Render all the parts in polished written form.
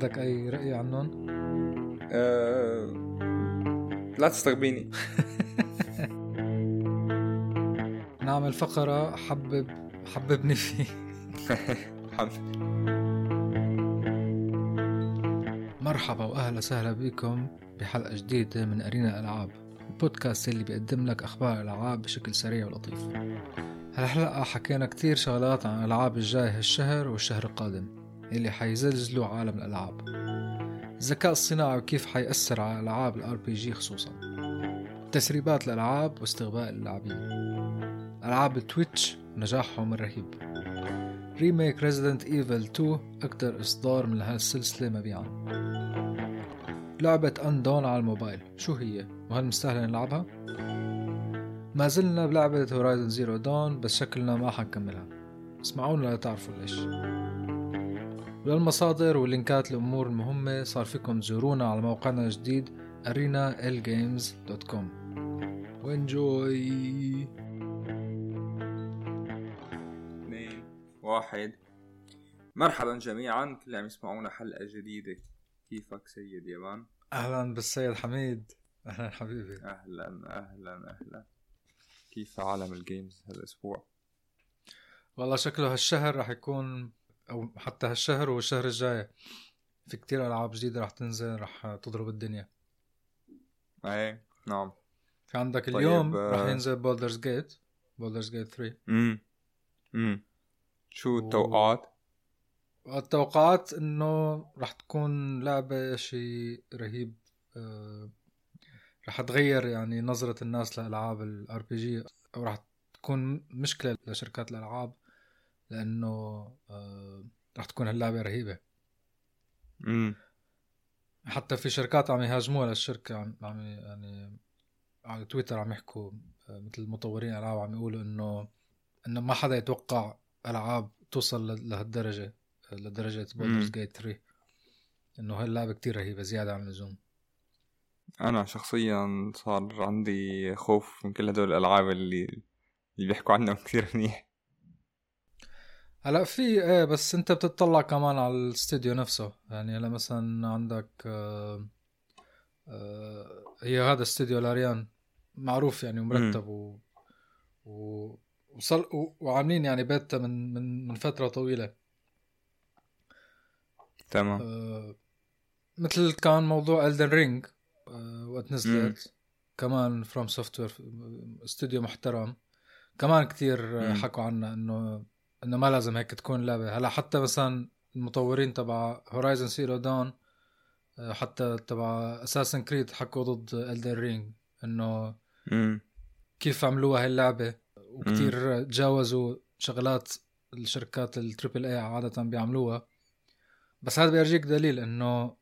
عندك أي رأي عنهم؟ لا تستغبيني. نعمل فقرة حببني فيه. مرحبا وأهلا وسهلا بكم بحلقة جديدة من أرينا الألعاب، البودكاست اللي بيقدم لك أخبار الألعاب بشكل سريع ولطيف. هالحلقة حكينا كتير شغلات عن الألعاب الجاي هالشهر والشهر القادم اللي حيزلزلوا عالم الألعاب، الذكاء الصناعي وكيف حيأثر على ألعاب الRPG خصوصا، تسريبات الألعاب واستغباء اللاعبين، ألعاب تويتش ونجاحهم الرهيب، ريميك Resident Evil 2 أكتر إصدار من هالسلسلة مبيعا، لعبة Undawn على الموبايل شو هي وهل مستاهل نلعبها؟ ما زلنا بلعبة Horizon Zero Dawn بس شكلنا ما حنكملها، اسمعونا لتعرفوا ليش. وللمصادر واللينكات الأمور المهمة صار فيكم تزورونا على موقعنا الجديد arenalgames.com وانجوي. 2 1. مرحبا جميعا كل عم يسمعونا حلقة جديدة. كيفك سيد يابان؟ أهلا بالسيد حميد. أهلا حبيبي. أهلا. كيف عالم الجيمز هالأسبوع؟ والله شكله هالشهر رح يكون أو حتى هالشهر والشهر الجاي في كتير ألعاب جديدة رح تنزل، رح تضرب الدنيا. ايه نعم. في عندك اليوم رح ينزل Baldur's Gate 3. شو التوقعات؟ التوقعات انه رح تكون لعبة شيء رهيب، رح تغير يعني نظرة الناس لألعاب الRPG، او رح تكون مشكلة لشركات الألعاب لأنه رح تكون هاللعبة رهيبة. حتى في شركات عم يهاجموها للشركة، عم يعني على تويتر عم يحكوا مثل مطورين ألعاب عم يقولوا إنه ما حدا يتوقع ألعاب توصل لهالدرجة، لدرجة Baldur's Gate 3، إنه هاللعبة كتير رهيبة زيادة عن اللزوم. أنا شخصيا صار عندي خوف من كل هدول الألعاب اللي بيحكوا عنهم كتير منيح. هلا في بس انت بتطلع كمان على الاستوديو نفسه، يعني هلا مثلا عندك هي هذا استوديو لاريان معروف يعني ومرتب وعاملين يعني بيتا من فترة طويلة. تمام. مثل كان موضوع Elden Ring وقت نزلت كمان From Software، استوديو محترم كمان كتير حكوا عنه انه ما لازم هيك تكون لعبة. هلا حتى مثلا المطورين تبع Horizon Zero Dawn حتى تبع Assassin's Creed حكوا ضد Elden Ring انه كيف عملوها هاي اللعبة، وكتير تجاوزوا شغلات الشركات التريبل اي عادة بيعملوها. بس هذا بيرجيك دليل انه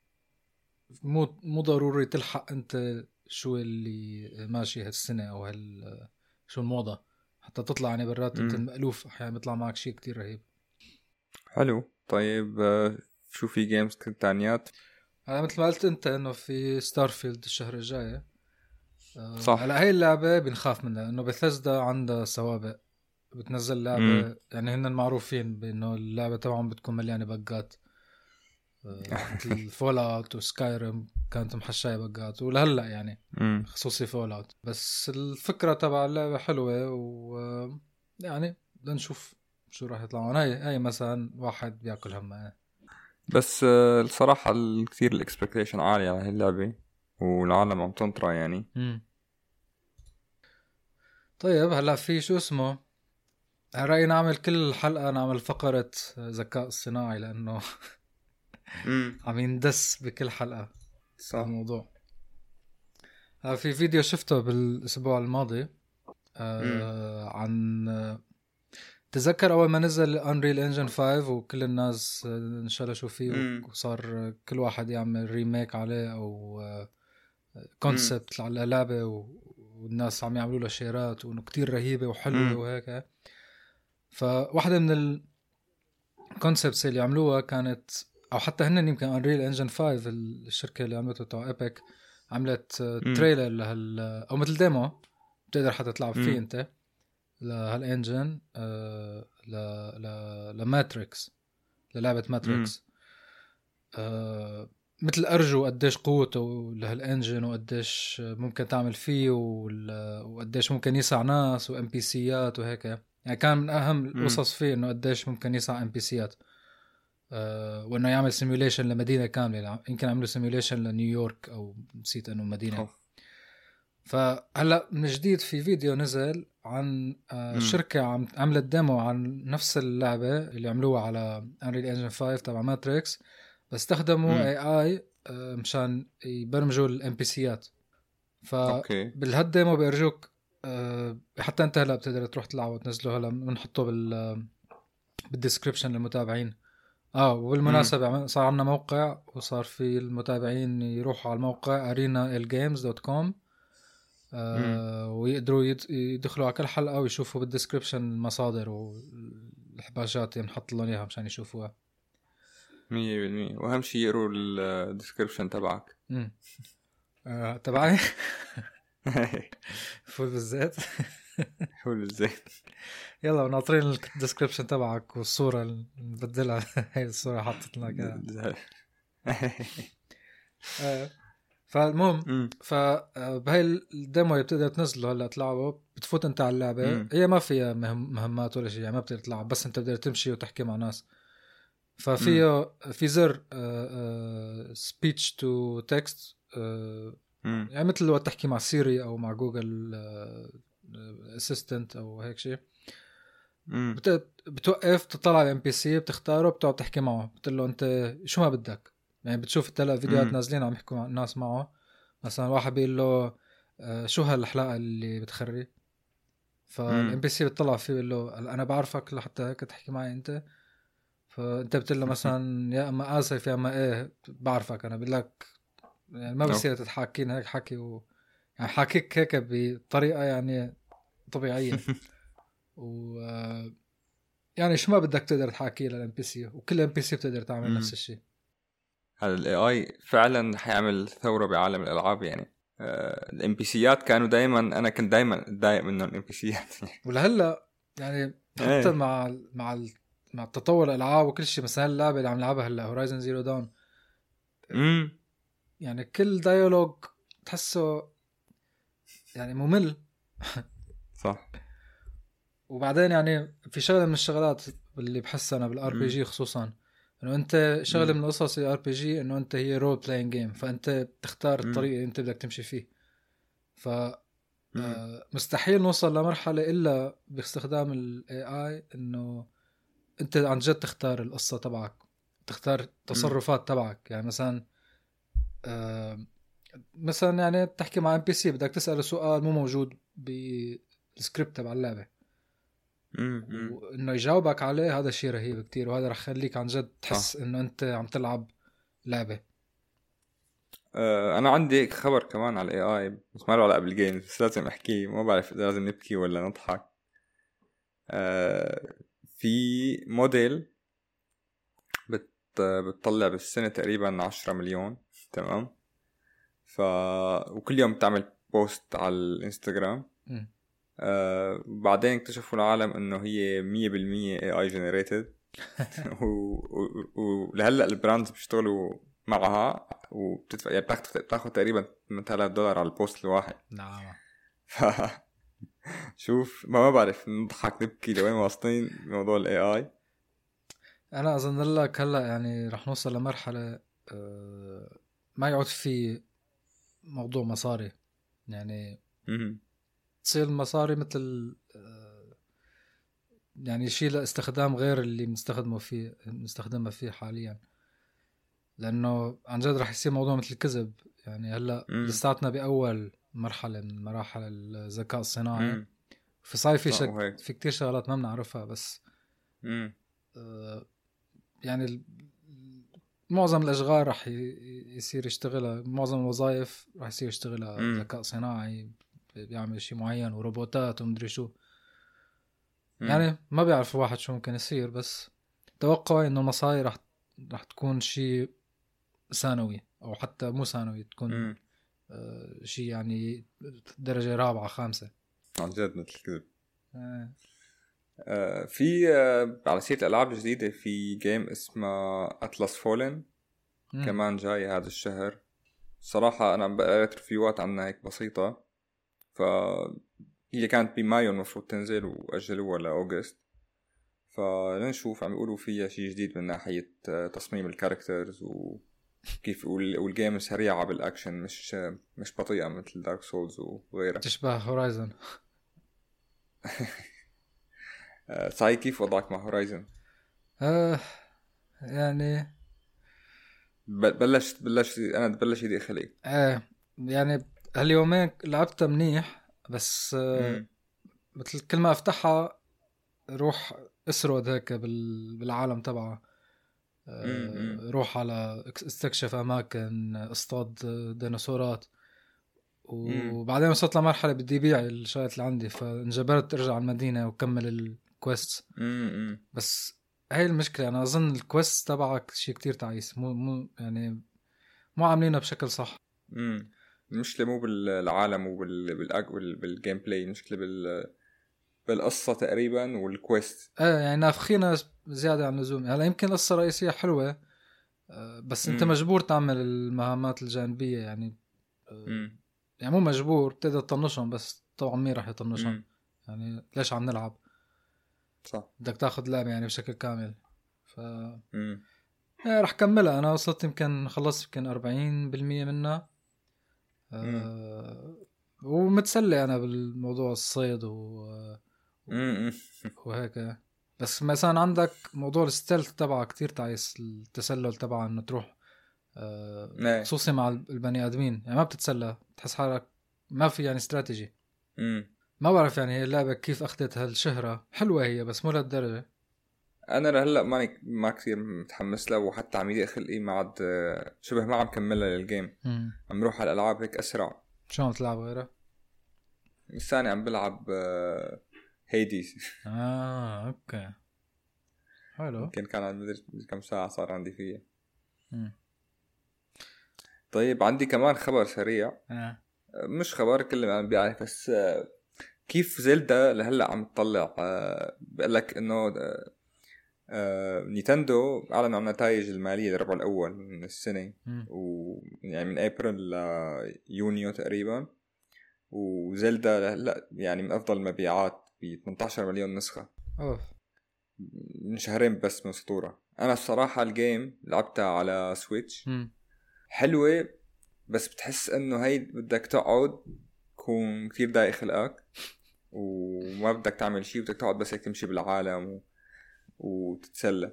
مو ضروري تلحق انت شو اللي ماشي هالسنة او شو الموضة حتى تطلع يعني برات انت المألوف احيانا بيطلع معك شيء كتير رهيب. حلو. طيب شو في جيمز تانيات؟ هلا مثل ما قلت انت انه في ستارفيلد الشهر الجاي. صح. هلا هاي اللعبة بنخاف منها انه بثزدا عندها سوابق، بتنزل لعبة يعني هن معروفين بانه اللعبة تبعهم بتكون مليانة بقات، مثل فول اوت وسكايرم كانت محشاية بقات ولهلا يعني خصوصي فول اوت. بس الفكرة تبع اللعبة حلوة ويعني بدنا نشوف شو راح يطلعون. هاي مثلا واحد بياكل همه. بس الصراحة كثير الاكسبكتيشن عالية على هاي اللعبة والعالم عم تنطرى يعني. طيب هلا في شو اسمه، رأيي نعمل كل حلقة نعمل فقرة ذكاء الصناعي لأنه عم يندس بكل حلقة الموضوع. في فيديو شفته بالأسبوع الماضي عن تذكر أول ما نزل Unreal Engine 5 وكل الناس انشلشوا فيه وصار كل واحد يعمل ريميك عليه أو كونسبت على لعبة والناس عم يعملوا له شيرات وإنه كتير رهيبة وحلوة وهيك. فواحدة من الكونسبتس اللي عملوها كانت أو حتى هن يمكن Unreal Engine 5 الشركة اللي عملته تبع إيبك عملت تريلر أو مثل ديمو بتقدر حتى تلعب فيه أنت لهالانجن لماتريكس، للعبة ماتريكس. مثل أرجو قديش قوته لهالانجن وقديش ممكن تعمل فيه وقديش ممكن يسع ناس وام بي سيات وهيك. يعني كان من أهم القصص فيه إنه قديش ممكن يسع ام بي سيات، وإنه يعمل سيميوليشن لمدينة كاملة. يمكن عملوا سيميوليشن لنيويورك أو نسيت إنه مدينة. فهلا من جديد في فيديو نزل عن شركة عملت ديمو عن نفس اللعبة اللي عملوها على Unreal Engine 5 تبع ماتريكس، بس استخدموا AI مشان يبرمجوا الام بي سيات. فبالهالديمو بيرجوك حتى انت هلا بتقدر تروح تلعب وتنزله. هلا بنحطه بالديسكريبشن للمتابعين. وبالمناسبة صار عندنا موقع وصار في المتابعين يروحوا على الموقع arenalgames.com ويقدروا يدخلوا على كل حلقة ويشوفوا بالديسكريبشن المصادر والحباشات اللي نحط لهم اياها مشان يشوفوها 100%. واهم شيء يقروا الديسكريبشن تبعك. تبعي فول بالزيت فول بالزيت. يلا ناطرين الديسكريبشن تبعك والصورة نبدلها. هاي الصورة حطت لنا فالمهم فبهاي الديمو اللي بتقدر تنزله هلا تلعبه، بتفوت انت على اللعبة. هي ما فيها مهمات ولا شيء، يعني ما بتقدر تلعب، بس انت بتقدر تمشي وتحكي مع ناس. ففيه في زر speech to text يعني مثل لو تحكي مع سيري او مع جوجل اسيستنت او هيك شيء. بتوقف تطلع على ام بي سي، بتختاره، بتقعد تحكي معه، بتقول له انت شو ما بدك. يعني بتشوف الثلاث فيديوهات نازلين عم يحكوا مع الناس معه. مثلا واحد بيقول له شو هالحلقه اللي بتخري، فالام بي سي بتطلع فيه بيقول له انا بعرفك لحتى هيك تحكي معي انت. فانت بتقول له مثلا يا اما اسف يا اما ايه بعرفك انا. بقول لك يعني ما بصير تتحاكينا هيك حكي يعني حاكيك هيك بطريقه يعني طبيعيه و يعني شو ما بدك تقدر تحاكي للام بي سي، وكل ام بي سي بتقدر تعمل نفس الشيء. هذا الاي اي فعلا حيعمل ثوره بعالم الالعاب. يعني الام بي سيات كانوا دائما، انا كنت دائما اتضايق منهم الام بي سيات. ولهلا يعني حتى مع التطور الالعاب وكل شيء. مثلا اللعبه اللي عم نلعبها هلا هورايزن زيرو داون، يعني كل دايالوج تحسه يعني ممل. صح. وبعدين يعني في شغله من الشغلات اللي بحس انا بالار بي جي خصوصا، انه انت شغله من قصص الار بي جي انه انت هي رول بلاينج جيم، فانت بتختار الطريقه اللي انت بدك تمشي فيه. ف مستحيل نوصل لمرحله الا باستخدام الاي اي انه انت عن جد تختار القصه تبعك، تختار التصرفات تبعك. يعني مثلا يعني تحكي مع ام بي سي، بدك تساله سؤال مو موجود بالسكريبت تبع اللعبه، وانه يجاوبك عليه. هذا شيء رهيب كتير، وهذا رح يخليك عن جد تحس انه انت عم تلعب لعبه. انا عندي خبر كمان على الاي اي، بس ما له علاقه بالجيمز، بس لازم احكيه. ما بعرف اذا لازم نبكي ولا نضحك. في موديل بتطلع بالسنه تقريبا 10 مليون. تمام. وكل يوم بتعمل بوست على الانستغرام. بعدين اكتشفوا العالم انه هي 100% AI generated. ولهلا البراندز بيشتغلوا معها وبتدفع، يعني بتاخد تقريبا $8000 على البوست الواحد. نعم. شوف ما بعرف نضحك نبكي لوين واصلين موضوع الاي اي. انا اظن لك هلا يعني رح نوصل لمرحله ما يعود في موضوع مصاري. يعني تصير المصاري مثل يعني شيء لاستخدام غير اللي بنستخدمه فيه حاليا. لانه عن جد رح يصير موضوع مثل الكذب. يعني هلا لساتنا باول مرحله من مراحل الذكاء الصناعي. في صاير في كتير شغلات ما بنعرفها، بس يعني معظم الاشغال رح يصير يشتغلها، معظم الوظائف رح يصير يشتغلها ذكاء صناعي بيعمل شيء معين، وروبوتات ومدري شو. يعني ما بيعرف واحد شو ممكن يصير، بس توقعي انه المصاري رح تكون شيء ثانوي، او حتى مو ثانوي، تكون شيء يعني درجة رابعة خامسة. عن جد مثل كذب. في على سيرة الألعاب الجديدة، في جيم اسمه أتلس فولن. كمان جاي هذا الشهر. صراحة أنا قرأت ريفيوات عنها هيك بسيطة، فهي كانت بمايو المفروض تنزل وأجلوها لأوغست، فلنشوف. عم يقولوا فيها شيء جديد من ناحية تصميم الكاركترز وكيف والجيم سريعة بالأكشن، مش بطيئة مثل دارك سولز وغيرها. تشبه هورايزن. صحيح، كيف وضعك مع هورايزن؟ يعني بلش يدي خلي. يعني هاليومين لعبتها منيح، بس مثل كل ما افتحها روح اسرد هيك بالعالم تبعها. روح على استكشف اماكن، اصطاد ديناصورات، وبعدين وصلت لمرحله بدي ابيع الشغلات اللي عندي، فانجبرت ارجع على المدينه وكمل الكويست. بس هاي المشكله، انا اظن الكويست تبعك شيء كتير تعيس، مو يعني مو عاملينها بشكل صح. المشكله مو بالعالم بالجيم بلاي، المشكله بالقصه تقريبا والكويست. يعني نافخينها زياده عن اللزوم. هلا يمكن القصه الرئيسيه حلوه، بس انت مجبور تعمل المهامات الجانبيه يعني. يعني مو مجبور، بتقدر تطنشهم، بس طبعا مين راح يطنشهم؟ يعني ليش عم نلعب؟ صح، بدك تاخذ لعبه يعني بشكل كامل. ف راح كملها. انا وصلت يمكن خلصت يمكن 40% منها. ومتسلي انا بالموضوع الصيد وهيك. بس مثلا عندك موضوع الستيلث تبعه كتير تعيس، التسلل تبعه انه تروح خصوصي مع البني ادمين، يعني ما بتتسلى، تحس حالك ما في يعني استراتيجي. ما بعرف يعني هي اللعبة كيف اخذت هالشهرة. حلوة هي بس مو لهالدرجة. انا لهلا ما كثير متحمس له، وحتى عم يضيق خلقي ما عاد شبه ما عم كملها للجيم. عم روح على الالعاب هيك اسرع. شو عم تلعب غيره؟ الثاني عم بلعب هيديز. اوكي حلو. يمكن كان عندي كم ساعة صار عندي فيها. طيب عندي كمان خبر سريع. مش خبر كل عم بيعرف، بس كيف زلدا لهلا عم تطلع. بقول لك انه نينتندو اعلنوا عن النتائج الماليه للربع الاول من السنه، ويعني من ابريل ليونيو تقريبا. وزلدا لهلا يعني من افضل المبيعات ب 18 مليون نسخه من شهرين بس من سطوره. انا الصراحه الجيم لعبتها على سويتش. حلوه، بس بتحس انه هي بدك تقعد تكون كثير دايق خلقك وما بدك تعمل شيء، بدك تقعد بس هيك تمشي بالعالم وتتسلى.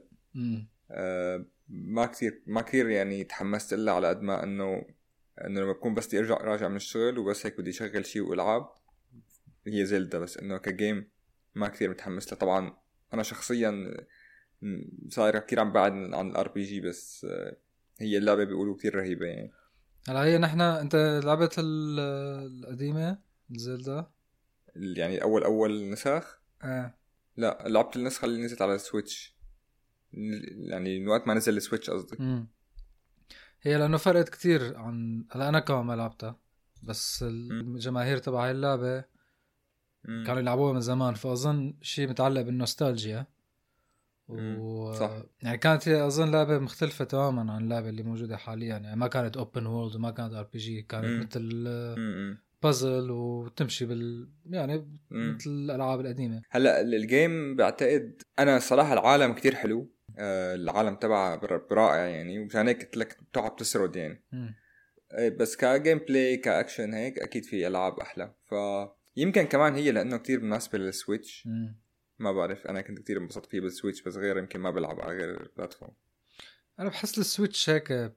ما كثير يعني تحمست إلا على قد ما انه لما بكون بس بدي راجع من الشغل وبس هيك بدي شغل شيء والعب هي زلدة. بس انه كجيم ما كثير متحمس له. طبعا انا شخصيا صاير كثير عم بعد عن الار بي جي، بس هي اللعبة بيقولوا كثير رهيبة يعني. هلا هي انت لعبت القديمة زلدة يعني اول نسخ؟ لا، لعبت النسخة اللي نزلت على السويتش، يعني من وقت ما نزل السويتش قصدي. هي لأنه فرقت كتير عن هلا أنا كمان ما لعبتها، بس الجماهير تبع هاي اللعبة كانوا يلعبوها من زمان، فأظن شيء متعلق بالنوستالجيا. صح. يعني كانت هي أظن لعبة مختلفة تماما عن اللعبة اللي موجودة حاليا. يعني ما كانت اوبن وورلد وما كانت ار بي جي، كانت مثل بازل وتمشي يعني مثل الألعاب القديمة. هلا الجيم بعتقد انا صراحة العالم كتير حلو. العالم تبعها رائع يعني، ومشان هيك قلت لك بتقعد تسرد يعني. بس كجيم بلاي كاكشن هيك اكيد في العاب احلى. فيمكن كمان هي لانه كتير مناسبة للسويتش. ما بعرف، انا كنت كتير انبسطت فيه بالسويتش، بس غير يمكن ما بلعب على غير البلاتفورم. انا بحس السويتش هيك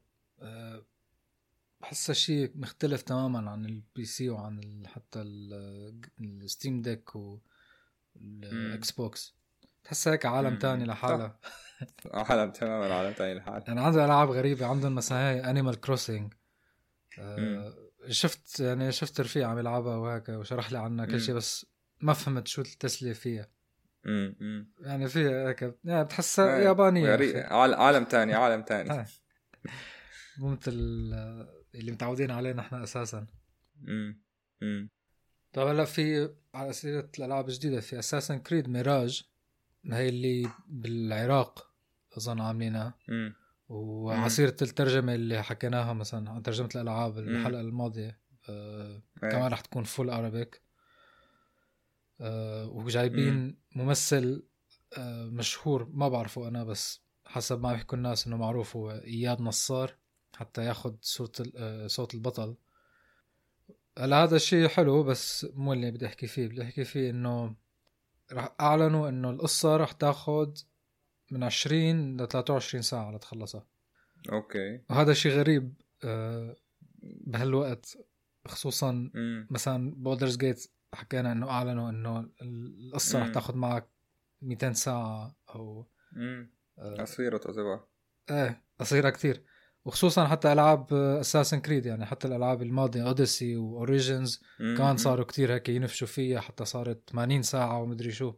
بحسها شيء مختلف تماما عن البي سي وعن حتى الستيم ديك والاكس بوكس. تحس هيك عالم تاني لحالها. عالم تماما، عالم تاني لحالها. يعني عندهم العاب غريبه، عندهم مثلا هاي انيمال كروسنج. شفت رفيق عم يلعبها وهيك وشرح لي عنها كل شيء، بس ما فهمت شو التسلية فيها. يعني فيها هيك يعني بتحسها يابانية. عالم تاني مو مثل اللي متعودين عليه نحن اساسا. طب هلا في على سيرة الالعاب الجديدة، في اساسن كريد ميراج، هي اللي بالعراق اظن عاملينها، وعصيرة الترجمة اللي حكيناها مثلا عن ترجمة الألعاب الحلقة الماضية كمان رح تكون فول أرابيك. وجايبين ممثل مشهور ما بعرفه أنا بس حسب ما بيحكوا الناس إنه معروف هو إياد نصار حتى ياخد صوت البطل. هلا هذا الشيء حلو بس مو اللي بدي أحكي فيه. بدي أحكي فيه إنه رح أعلنوا إنه القصة رح تاخد من 20 ل 23 ساعة لتخلصها. أوكي. وهذا شيء غريب بهالوقت خصوصا مثلا بولدرز جيت حكينا إنه أعلنوا إنه القصة رح تاخد معك 200 ساعة أو قصيرة تعتبر. قصيرة كتير. وخصوصا حتى ألعاب أساسن كريد يعني حتى الألعاب الماضية أوديسي وأوريجينز كان صاروا كتير هيك ينفشوا فيها حتى صارت 80 ساعة ومدري شو.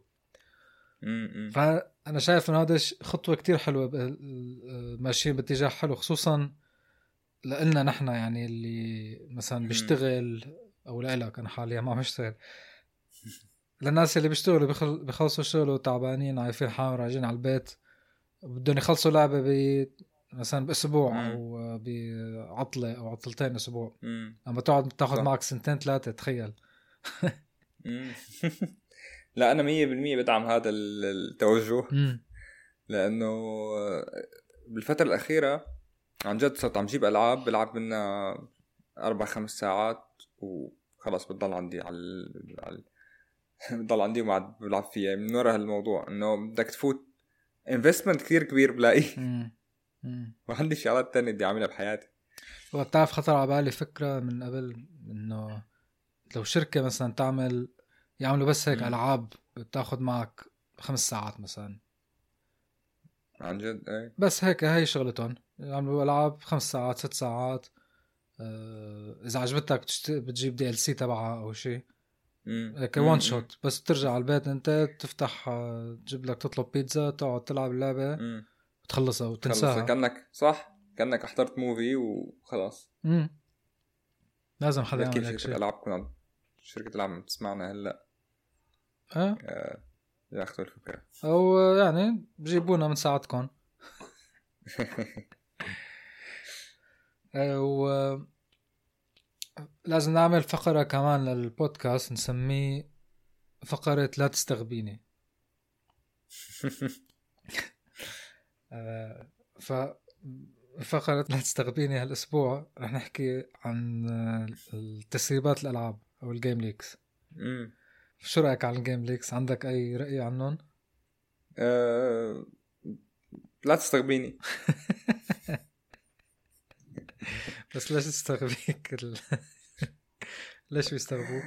فأنا شايف إن هذا خطوة كتير حلوة ماشيين باتجاه حلو خصوصا لإلنا نحن يعني اللي مثلا بيشتغل أو لإلك أنا حاليا ما بشتغل. للناس اللي بيشتغلوا بيخلصوا شغله تعبانين عايفين حالهم راجعين على البيت بدهم يخلصوا لعبة مثلا بأسبوع أو بعطلة أو عطلتين أسبوع. أما تاخد معك 2-3 تخيل. لا أنا 100% بدعم هذا التوجه. لأنه بالفترة الأخيرة عن جد صرت عم جيب ألعاب بلعب منها 4-5 ساعات وخلاص بتضل عندي بتضل عندي وما بلعب فيها من وراء هالموضوع إنه بدك تفوت investment كتير كبير بلاقي. وعندي شغلات تانية بدي أعملها بحياتي. وبتعرف خطر على بالي فكرة من قبل إنه لو شركة مثلا يعملوا بس هيك ألعاب بتاخد معك 5 ساعات مثلا عن جد بس هيك هاي شغلتهم يعملوا ألعاب 5 ساعات 6 ساعات. إذا عجبتك بتجيب DLC تبعها أو شيء كوان شوت بس ترجع على البيت أنت تفتح تجيب لك تطلب بيتزا تقعد تلعب اللعبة وتخلصها وتنساها كأنك صح كأنك احضرت موفي وخلاص. لازم حدا يعمل هيك شيء. الألعاب كنا شركة العاب تسمعنا هلا ياخذوا الفكرة أو يعني بجيبونا من ساعتكم. لازم نعمل فقرة كمان للبودكاست نسميه فقرة لا تستغبيني. ففقرة لا تستغبيني هالأسبوع رح نحكي عن التسريبات الألعاب أو الجيم ليكس. شو رأيك عن الجيم ليكس؟ عندك أي رأي عنهم؟ لا تستغبيني. بس ليش تستغبيك؟ ليش بيستغبوك؟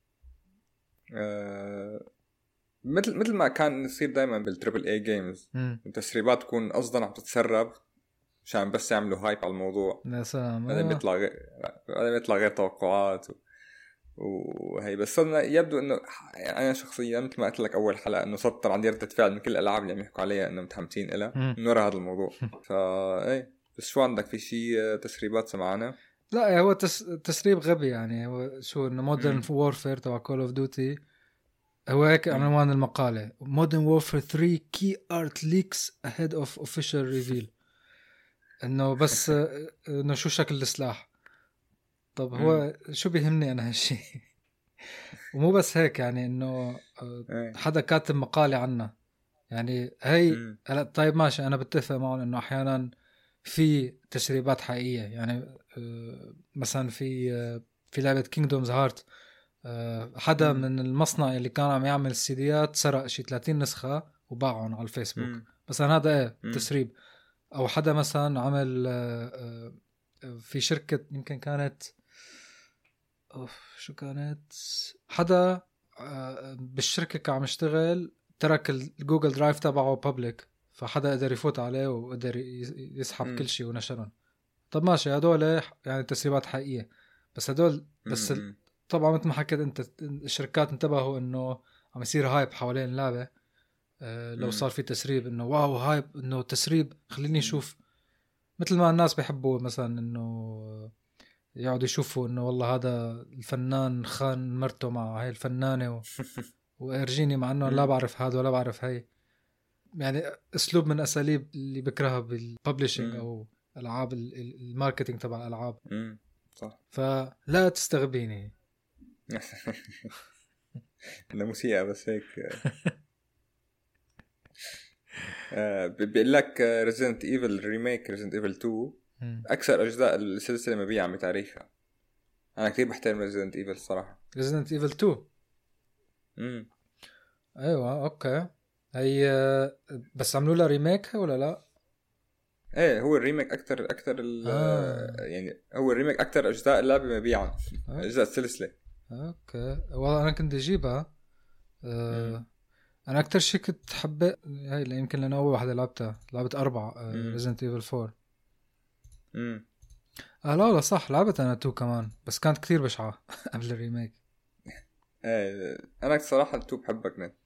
مثل ما كان يصير دايما بالتريبل اي جيمز التسريبات تكون قصدا عم تتسرب عشان بس يعملوا هايب على الموضوع. يا سلام. هذا بيطلع غير توقعات وهي بس صرنا يبدو انه يعني انا شخصيا مثل ما قلت لك اول حلقه انه صرت عندي ردة فعل من كل الالعاب اللي عم يحكوا عليها انه متحمسين لها من وراء هذا الموضوع. اي بس شو عندك في شيء تسريبات سمعنا؟ لا هو تسريب غبي يعني. هو شو انه مودرن وورفير تبع كول اوف ديوتي هو هيك عنوان المقاله مودرن وورفير 3 key art leaks ahead of official reveal. انه بس انه شو شكل السلاح. طب هو شو بيهمني انا هالشيء؟ ومو بس هيك يعني انه حدا كاتب مقاله عنه يعني هي طيب ماشي انا بتفق معه انه احيانا في تسريبات حقيقيه يعني مثلا في لعبه كينغدومز هارت حدا من المصنع اللي كان عم يعمل السيديات سرق شي 30 نسخه وباعهم على الفيسبوك مثلا هذا تسريب. او حدا مثلا عمل في شركه يمكن كانت شو كانت حدا بالشركه كان عم يشتغل ترك الجوجل درايف تبعه بابليك فحدا قدر يفوت عليه وقدر يسحب كل شيء ونشرهم. طب ماشي هدول يعني تسريبات حقيقيه بس هدول بس طبعا مثل ما حكيت انت الشركات انتبهوا انه عم يصير هايب حوالين اللعبه. لو صار في تسريب انه واو هايب انه تسريب خليني اشوف مثل ما الناس بيحبوا مثلا انه يقعدوا يشوفوا انه والله هذا الفنان خان مرته مع هاي الفنانه وارجيني مع انه لا بعرف هذا ولا بعرف هاي. يعني اسلوب من اساليب اللي بكرهها بالببلشنج او العاب الماركتينج تبع الالعاب. صح. فلا تستغبيني. لا موسيقى بس هيك. بيقول لك Resident Evil ريميك Resident Evil 2 اكثر اجزاء السلسله مبيعا بتاريخها. انا كثير بحترم Resident Evil الصراحه. Resident Evil 2 ايوه اوكي. هي بس عملوا لها ريميك ولا لا؟ ايه هو الريميك اكثر يعني هو الريميك اكثر اجزاء اللعبه مبيعا. اجزاء السلسله. اوكي والله انا كنت اجيبها. انا اكثر شيء كنت حبيت هاي اللي يمكن لانه اول واحده لعبتها لعبه 4 Resident Evil 4. لا صح لعبت انا 2 كمان بس كانت كثير بشعه قبل الريميك. انا صراحه 2 بحبها كنت.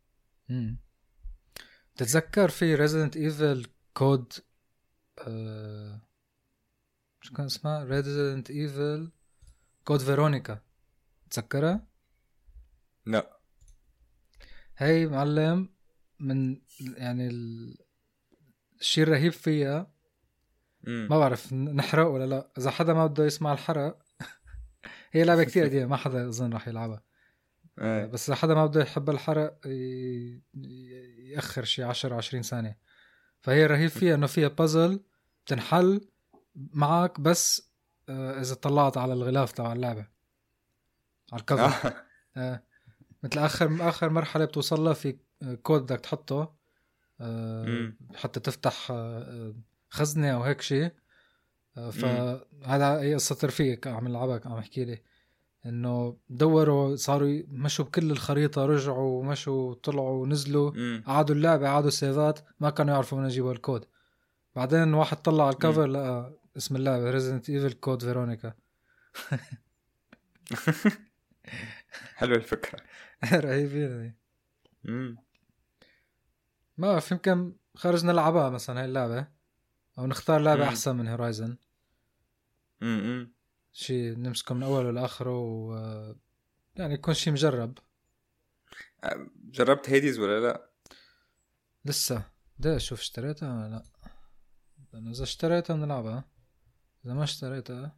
تتذكر في Resident Evil كود شو كان اسمها Resident Evil كود فيرونيكا؟ تتذكرها؟ لا. هي معلم من يعني الشيء الرهيب فيها ما بعرف نحرق ولا لا. اذا حدا ما بده يسمع الحرق هي لعبه كتير قديمه ما حدا اظن راح يلعبها. بس اذا حدا ما بده يحب الحرق ياخر شيء 10-20 ثانيه. فهي الرهيب فيها انه فيها بازل تنحل معك بس اذا طلعت على الغلاف تبع اللعبه على الكفر. مثل اخر مرحله بتوصل لها في كود بدك تحطه حتى تفتح خزنه او هيك شيء. فهذا هي قصه ترفيق عم نلعبك. عم احكي لي انه دوروا صاروا مشوا بكل الخريطه رجعوا مشوا طلعوا نزلوا قعدوا اللعبه قعدوا سيفات ما كانوا يعرفوا من يجيبوا الكود. بعدين واحد طلع على الكفر لقى اسم اللعبه Resident Evil كود فيرونيكا. حلوه الفكره. رهيبين. ما في يمكن خرج نلعبها مثلا هاي اللعبة او نختار لعبة احسن من هورايزن. شيء نمسكه من اوله لاخره يعني يكون شيء مجرب. جربت هيديز ولا لا؟ لسه ده اشوف اشتريتها ولا لا. انا اذا اشتريتها بنلعبها اذا ما اشتريتها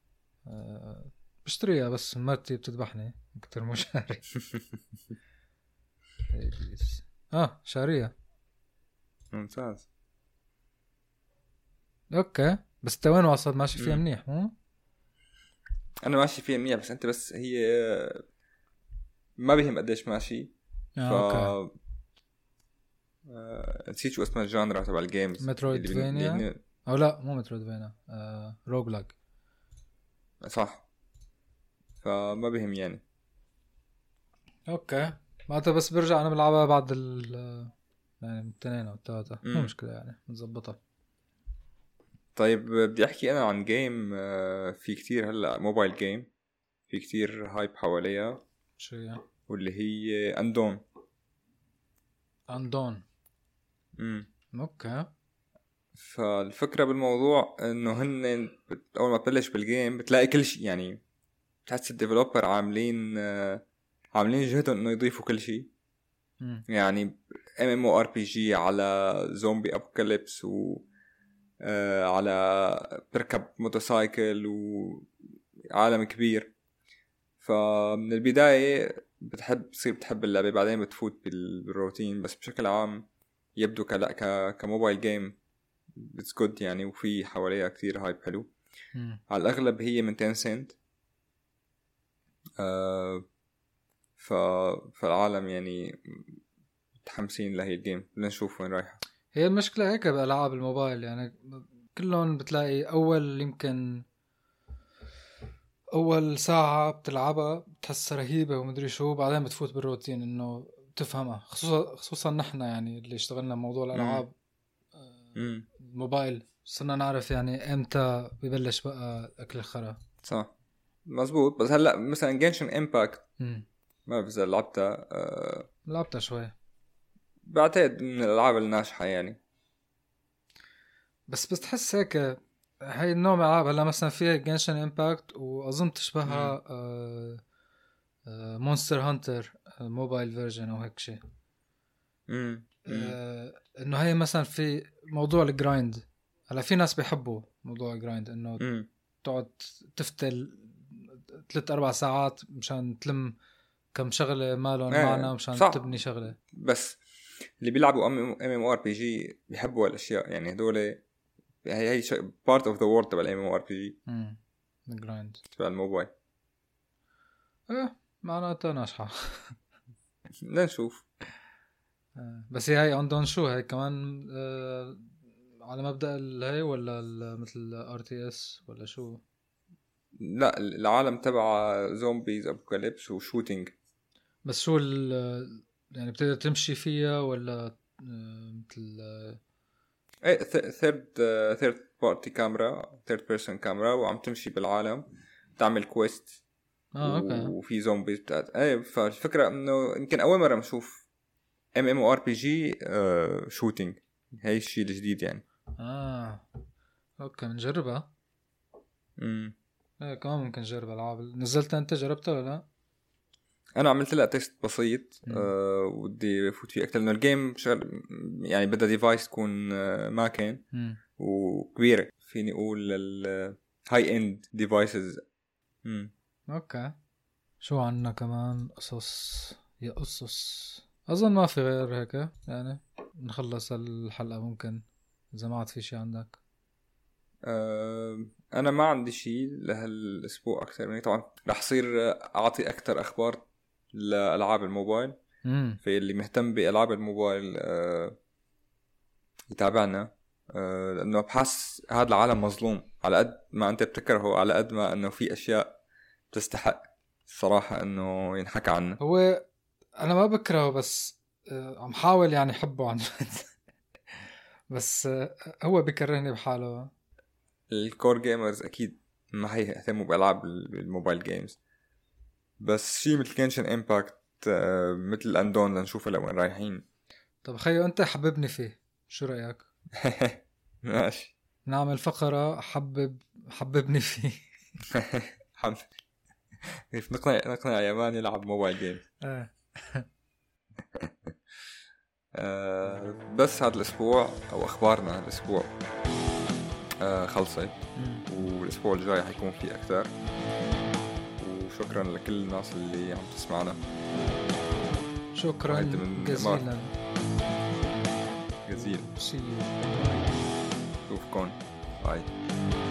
بشتريها بس مرتي بتذبحني اكتر مو شاري. شارية. ممتاز. اوكي بس انت وين واصل؟ ماشي فيها منيح مو؟ انا ماشي فيها منيح بس انت بس هي ما بهم قديش ماشي. اوكي. نسيت شو اسمها الجانرا تبع الجيمز. مترويدفانيا او لا مو مترويدفانيا روجلاك. صح. فما بهم يعني. اوكي معناتها بس برجع انا بلعبها بعد يعني 2 أو 3 مو مشكله يعني نظبطها. طيب بدي احكي انا عن جيم في كتير هلا موبايل جيم في كتير هايب حواليها. شو يعني؟ واللي هي اندون. اوكي. فالفكره بالموضوع انه هن اول ما تبلش بالجيم بتلاقي كل شيء يعني بتحس الديفلوبر عاملين جهدهم انه يضيفوا كل شيء. يعني MMORPG على زومبي ابوكاليبس على تركب موتوسايكل وعالم كبير. فمن البداية بتحب اللعبة بعدين بتفوت بالروتين. بس بشكل عام يبدو كموبايل جيم it's good يعني. وفي حواليها كتير هايب حلو. على الأغلب هي من تنسنت. فالعالم يعني متحمسين لهي الجيم. لنشوف وين رايحة. هي المشكلة هيك بألعاب الموبايل يعني كلهم بتلاقي يمكن أول ساعة بتلعبها بتحسها رهيبة ومدري شو بعدين بتفوت بالروتين إنه تفهمها. خصوصا نحنا يعني اللي اشتغلنا موضوع الألعاب الموبايل صرنا نعرف يعني إمتى ببلش بقى أكل الخرا. صح مزبوط. بس هلأ مثلا جينشن إمباكت ما بزال لعبتها شوي. بعتقد من الألعاب الناجحة يعني. بس تحس هيك هاي النوع من الألعاب هلا مثلا فيها جينشن إمباكت وأظن تشبهها مونستر هانتر موبايل فيرجن أو هيك شيء. انه هي مثلا في موضوع الجرايند. هلا في ناس بيحبوا موضوع الجرايند انه تقعد تفتل 3-4 ساعات مشان تلم كم شغله مالهم معنا مشان صح. تبني شغله. بس اللي بيلعبوا MMORPG بيحبوا هالاشياء يعني. هدول هي part of the world تبع MMORPG الجرايند تبع الموبايل. معناتها ناجحه. لنشوف. بس هي عندهم شو هي كمان على مبدأ هي ولا مثل RTS ولا شو؟ لا العالم تبع زومبيز ابوكاليبس وشوتينج. بس شو يعني بتقدر تمشي فيها ولا مثل ايه ثيرد بارتي كاميرا ثيرد بيرسون كاميرا وعم تمشي بالعالم تعمل كويست. اوكي. وفي زومبيز بتاعت فالفكرة انه يمكن اول مرة نشوف MMORPG شوتينج. هاي الشيء الجديد يعني. اوكي نجربها. كمان ممكن نجرب العاب. نزلتها انت جربتها ولا لا؟ انا عملت لها تيست بسيط. ودي افوت فيه اكثر لانه الجيم يعني بدها ديفايس تكون ماكن وكبيره فيني اقول الهاي اند ديفايسز. اوكي. شو عنا كمان قصص يا قصص؟ اظن ما في غير هيك يعني نخلص الحلقه ممكن اذا ما عاد في شيء عندك. انا ما عندي شيء لهالاسبوع اكثر من طبعا رح صير اعطي اكثر اخبار لالعاب الموبايل. في اللي مهتم بالعاب الموبايل يتابعنا. لانه بحس هذا العالم مظلوم. على قد ما انت بتكرهه على قد ما انه في اشياء تستحق الصراحه انه ينحكى عنها. هو انا ما بكرهه بس عم حاول يعني حبه عن جد. بس هو بكرهني بحاله. الكور جيمرز اكيد ما هيهتموا بالعاب الموبايل جيمز. بس شيء مثل كنشن امباكت مثل اندون لنشوفه لوين رايحين. طب خيو انت حببني فيه شو رايك؟ ماشي نعمل فقره حببني فيه. كيف نقنع يمان يلعب موبايل جيم. بس هذا الاسبوع او اخبارنا الاسبوع خلصت. والاسبوع الجاي حيكون في اكثر. وشكرا لكل الناس اللي عم تسمعنا. شكرا جزيلا. نشوفكم. باي.